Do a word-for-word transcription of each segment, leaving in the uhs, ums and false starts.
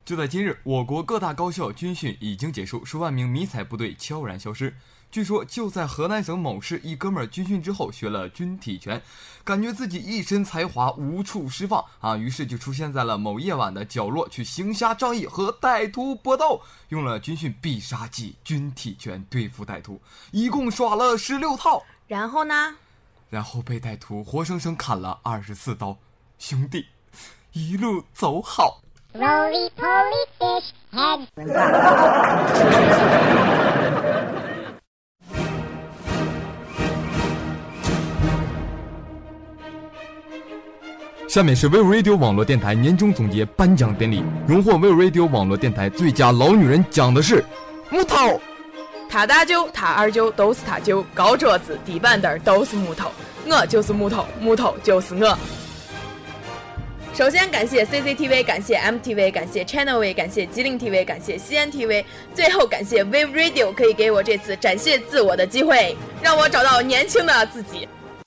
就在今日，我国各大高校军训已经结束，数万名迷彩部队悄然消失。据说就在河南省某市，一哥们儿军训之后学了军体拳，感觉自己一身才华无处释放啊，于是就出现在了某夜晚的角落，去行侠仗义和歹徒搏斗，用了军训必杀技军体拳对付歹徒，一共耍了十六套。 然后呢？ 然后被歹徒活生生砍了二十四刀。兄弟，一路走好。Roly poly fish head。下面是 Wave Radio 网络电台年终总结颁奖典礼，荣获 Wave Radio 网络电台最佳老女人奖的是木头。 他大舅他二舅都是他舅，高桌子地板凳都是木头，我就是木头，木头就是我。首先感谢 C C T V， 感谢 M T V， 感谢 Channel V， 感谢吉林 T V， 感谢西安 T V， 最后感谢 Wave Radio 可以给我这次展现自我的机会，让我找到年轻的自己。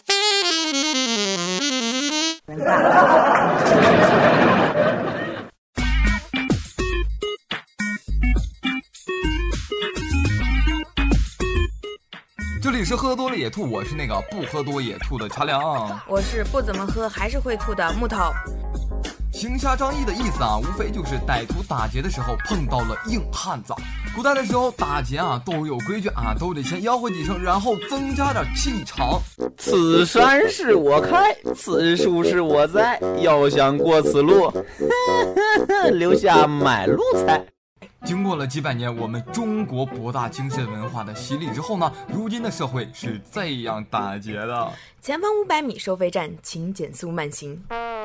这里是喝多了野兔，我是那个不喝多也吐的茶凉， 我是不怎么喝还是会吐的木头。 行侠仗义的意思啊，无非就是歹徒打劫的时候碰到了硬汉子。古代的时候打劫啊都有规矩啊，都得先吆喝几声，然后增加点气场。 此山是我开，此树是我栽，要想过此路，留下买路财。 经过了几百年我们中国博大精深文化的洗礼之后呢，如今的社会是这样打劫的。 前方五百米收费站，请减速慢行。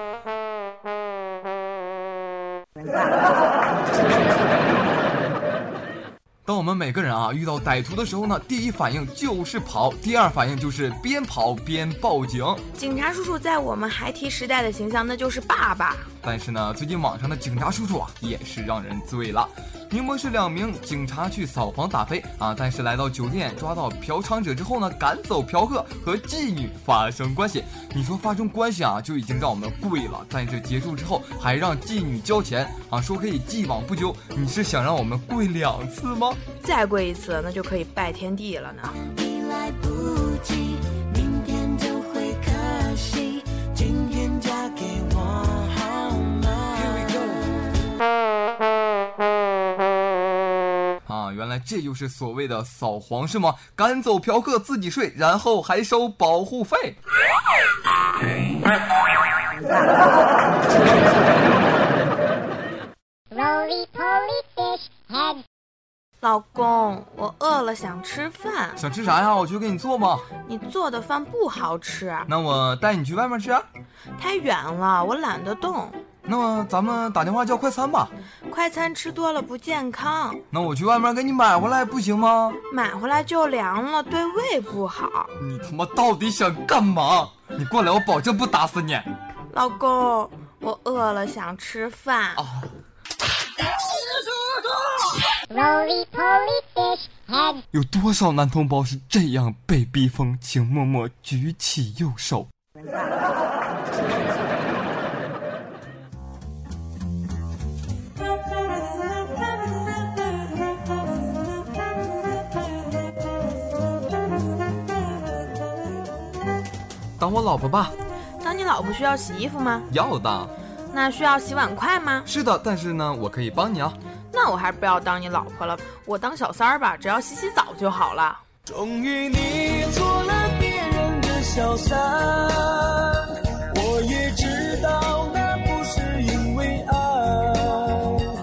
当我们每个人啊遇到歹徒的时候呢，第一反应就是跑，第二反应就是边跑边报警。 警察叔叔在我们孩提时代的形象那就是爸爸， 但是呢，最近网上的警察叔叔啊也是让人醉了。明明是两名警察去扫黄打非啊，但是来到酒店抓到嫖娼者之后呢，赶走嫖客，和妓女发生关系。你说发生关系啊就已经让我们跪了，但是结束之后还让妓女交钱啊，说可以既往不咎。你是想让我们跪两次吗？ 再跪一次那就可以拜天地了呢。 你来不及，明天就会可惜，今天嫁给我好吗？ Here we go。 啊，原来这就是所谓的扫黄是吗？赶走嫖客自己睡，然后还收保护费。 老公，我饿了，想吃饭。 想吃啥呀？我去给你做嘛。 你做的饭不好吃。 那我带你去外面吃啊。 太远了，我懒得动。 那么咱们打电话叫快餐吧。 快餐吃多了不健康。 那我去外面给你买回来不行吗？ 买回来就凉了，对胃不好。 你他妈到底想干嘛？你过来，我保证不打死你。 老公，我饿了，想吃饭。 啊。有多少男同胞是这样被逼疯？请默默举起右手。当我老婆吧。 当你老婆需要洗衣服吗？ 要的。 那需要洗碗筷吗？ 是的，但是呢，我可以帮你啊。 那我还是不要当你老婆了，我当小三儿吧，只要洗洗澡就好了。 终于你做了别人的小三，我也知道那不是因为爱。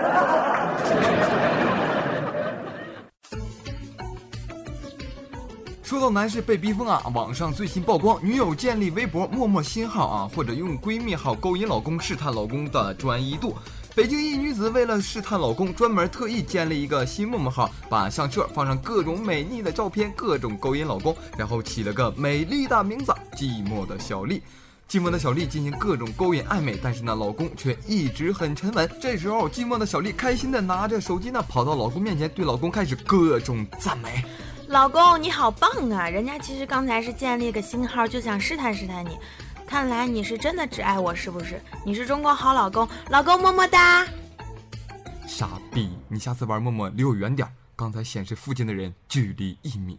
说到男士被逼疯啊，网上最新曝光，女友建立微博陌陌新号啊，或者用闺蜜号勾引老公，试探老公的专一度。北京一女子为了试探老公，专门特意建立一个新陌陌号，把相册放上各种美丽的照片，各种勾引老公，然后起了个美丽的名字寂寞的小丽。寂寞的小丽进行各种勾引暧昧，但是呢，老公却一直很沉稳。这时候，寂寞的小丽开心的拿着手机呢，跑到老公面前，对老公开始各种赞美。 老公，你好棒啊！人家其实刚才是建立个新号，就想试探试探你。看来你是真的只爱我，是不是？你是中国好老公，老公么么哒。 傻逼，你下次玩陌陌离我远点，刚才显示附近的人距离一米。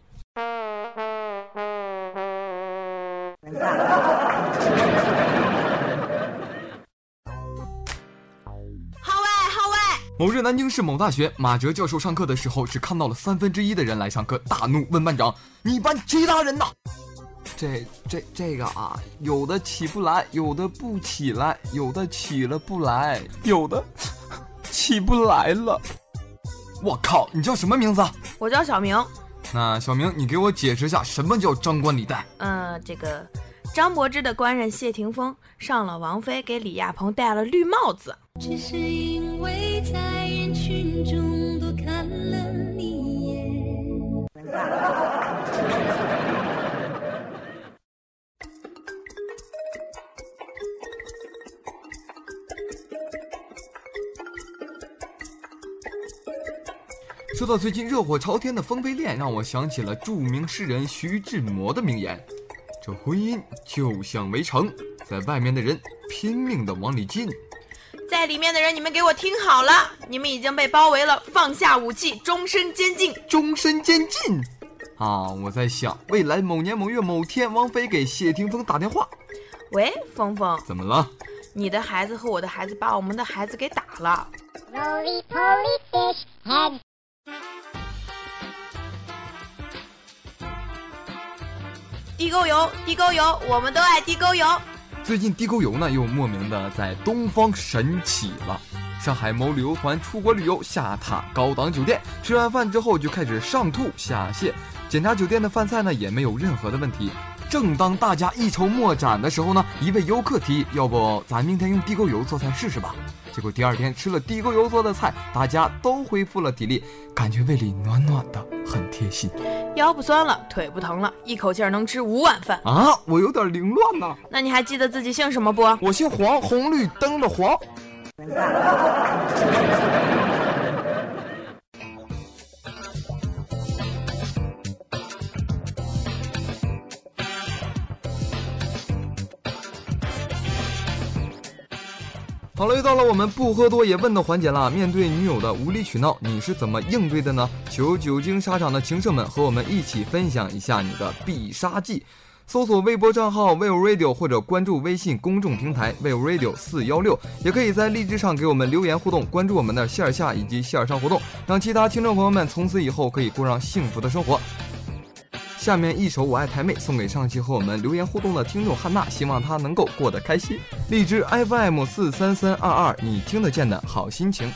某日，南京市某大学马哲教授上课的时候，只看到了三分之一的人来上课，大怒问班长：“你班其他人呢？”这这这个啊，有的起不来，有的不起来，有的起了不来，有的起不来了。我靠，你叫什么名字？ 我叫小明。 那小明，你给我解释一下什么叫张冠李戴？ 嗯，这个张柏芝的官人谢霆锋上了王菲，给李亚鹏戴了绿帽子。 只是因为在人群中多看了你一眼。 说到最近热火朝天的风飞恋，让我想起了著名诗人徐志摩的名言：这婚姻就像围城，在外面的人拼命地往里进， 在里面的人，你们给我听好了，你们已经被包围了，放下武器，终身监禁。 终身监禁啊！我在想，未来某年某月某天，王菲给谢霆锋打电话： 喂，峰峰， 怎么了？ 你的孩子和我的孩子把我们的孩子给打了。 Roly poly fish head。 地沟油，地沟油，我们都爱地沟油。 最近地沟油呢又莫名的在东方神起了。上海某旅游团出国旅游，下榻高档酒店，吃完饭之后就开始上吐下泻，检查酒店的饭菜呢也没有任何的问题。正当大家一筹莫展的时候呢，一位游客提议，要不咱明天用地沟油做菜试试吧。结果第二天吃了地沟油做的菜，大家都恢复了体力，感觉胃里暖暖的，很贴心。 腰不酸了，腿不疼了，一口气能吃五碗饭啊！我有点凌乱呢。 那你还记得自己姓什么不？ 我姓黄，红绿灯的黄。好了，又到了我们不喝多也问的环节了。面对女友的无理取闹，你是怎么应对的呢？求久经沙场的情圣们和我们一起分享一下你的必杀技。搜索微博账号 Will Radio 或者关注微信公众平台 Will Radio 四一六，也可以在荔枝上给我们留言互动，关注我们的线下以及线上活动，让其他听众朋友们从此以后可以过上幸福的生活。下面一首我爱台妹送给上期和我们留言互动的听众汉娜，希望她能够过得开心。荔枝 F M 四三三二二，你听得见的好心情。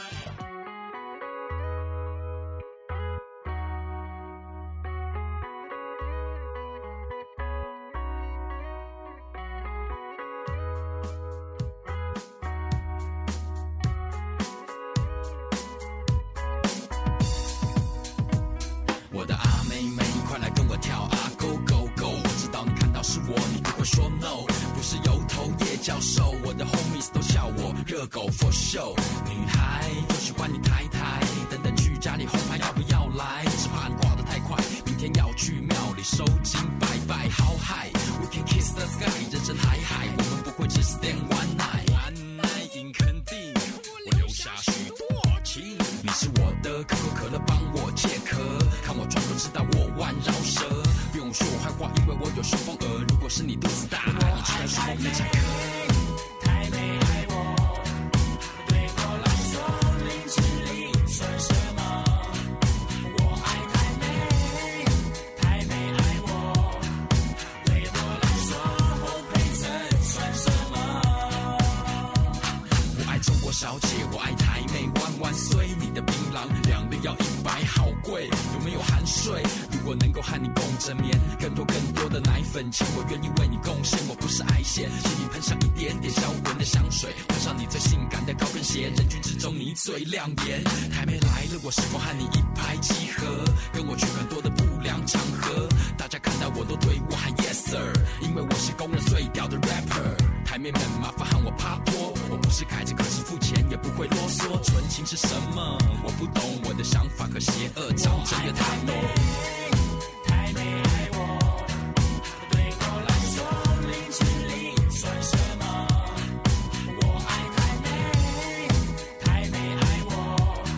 我的阿妹妹，快来跟我跳啊 Go Go Go！ 我知道你看到是我，你不会说 No， 不是油头叶教授，我的 homies 都笑我热狗 for show。女孩就喜欢你抬抬，等等去家里红牌要不要来？只怕你挂得太快，明天要去庙里收金拜拜。好嗨 ，We can kiss the sky， 人生海海，我们不会只 stand one night。One night in 肯定，我留下许多情。你是我的可口可乐，帮我解渴。看我转头知道我弯绕舌，不用说我坏话，因为我有顺风耳。如果是你肚子大，你居然是我的常客。太美爱我，对我来说零距离算什么？我爱太美，太美爱我，对我来说后配衬算什么？我爱中国小姐，我爱台妹，万万岁！你的槟榔两粒要一百，好贵，有没有含税？如果能够和你共枕眠，更多更多的奶粉钱，我愿意为你贡献。我不是爱线，请你喷上一点点销魂的香水，换上你最性感的高跟鞋，人群之中你最亮眼。台妹来了，我是否和你一拍即合？跟我去很多的不良场合，大家看到我都对我喊 Yes Sir， 因为我是公认最屌的 rapper。台妹们麻烦和我趴坡，我不是凯子，可是付钱也不会啰嗦。纯情是什么？我不懂，我的想法和邪恶长真的太浓。太美爱我，对我来说零距离算什么？我爱太美，太美爱我，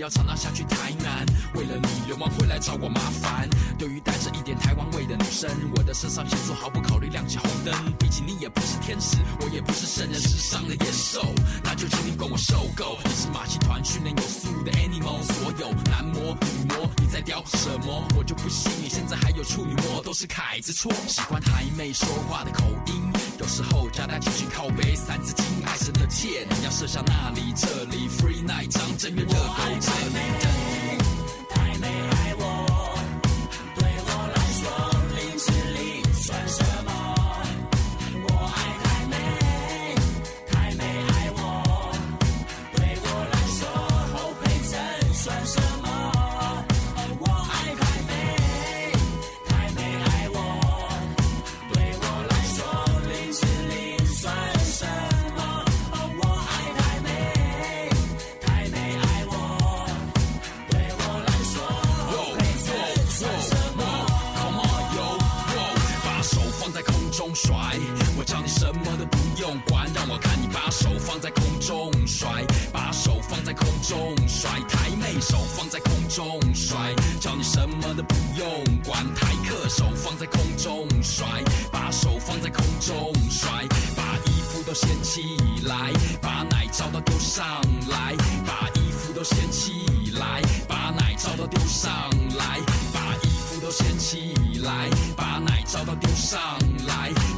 要常常下去台南，为了你流氓会来找我麻烦。对于带着一点台湾味的女生，我的肾上腺素毫不考虑亮起红灯。毕竟你也不是天使，我也不是圣人，世上的野兽，那就请你管我受够。你是马戏团训练有素的 animal， 所有男模女模你在雕什么？我就不信你现在还有处女膜，都是凯子错。喜欢台妹说话的口音，有时候加大情绪靠背，三字经爱神的箭，要射向那里这里 free night 张震岳热狗这里的你。台妹爱我，对我来说零吃力算什么？我爱台妹，台妹爱我，对我来说后配衬算什么？我爱台妹，台妹爱我，对我来说零吃力算什么？我爱台妹，台妹爱我，对我来说后配衬算什么？ Come on yo yo， 把手放在空中甩，我叫你什么都不用管，让我看你把手放在空中甩，把手放在空中甩，台妹手放在空中甩，叫你什么都不用管，台客手放在空中甩，把手放在空中甩，把衣服都掀起来，把奶罩都丢上来，把衣服都掀起来，把奶罩都丢上来，把衣服都掀起来，把奶罩都丢上来。